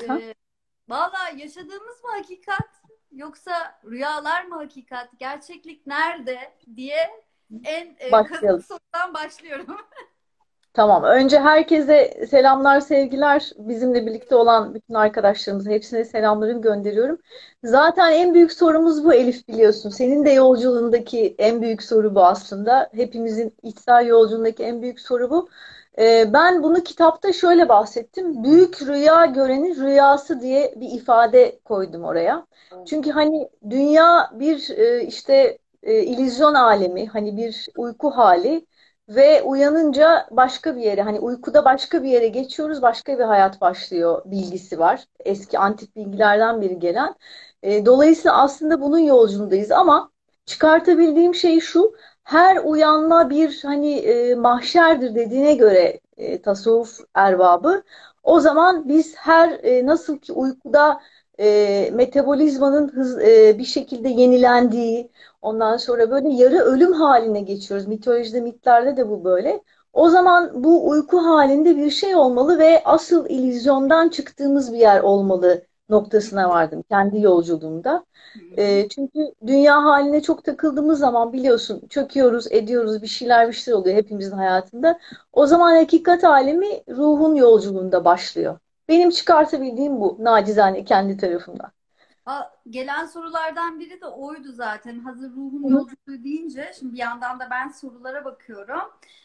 Ha? Valla yaşadığımız mı hakikat yoksa rüyalar mı hakikat? Gerçeklik nerede diye en kazık Başlayalım. sorudan başlıyorum. Tamam. Önce herkese selamlar, sevgiler. Bizimle birlikte olan bütün arkadaşlarımıza hepsine selamlarımı gönderiyorum. Zaten en büyük sorumuz bu Elif, biliyorsun. Senin de yolculuğundaki en büyük soru bu aslında. Hepimizin içsel yolculuğundaki en büyük soru bu. Ben bunu kitapta şöyle bahsettim. Büyük rüya görenin rüyası diye bir ifade koydum oraya. Çünkü hani dünya bir işte illüzyon alemi, hani bir uyku hali. Ve uyanınca başka bir yere, hani uykuda başka bir yere geçiyoruz, başka bir hayat başlıyor bilgisi var. Eski antik bilgilerden biri gelen. Dolayısıyla aslında bunun yolculuğundayız ama çıkartabildiğim şey şu: her uyanma bir hani mahşerdir dediğine göre tasavvuf erbabı. O zaman biz her nasıl ki uykuda metabolizmanın bir şekilde yenilendiği, ondan sonra böyle yarı ölüm haline geçiyoruz. Mitolojide, mitlerde de bu böyle. O zaman bu uyku halinde bir şey olmalı ve asıl illüzyondan çıktığımız bir yer olmalı noktasına vardım kendi yolculuğumda. Çünkü dünya haline çok takıldığımız zaman biliyorsun çöküyoruz, ediyoruz, bir şeyler oluyor hepimizin hayatında. O zaman hakikat alemi ruhun yolculuğunda başlıyor. Benim çıkartabildiğim bu, nacizane kendi tarafımdan. Gelen sorulardan biri de oydu zaten. Hazır ruhun Hı hı. yolculuğu deyince şimdi bir yandan da ben sorulara bakıyorum.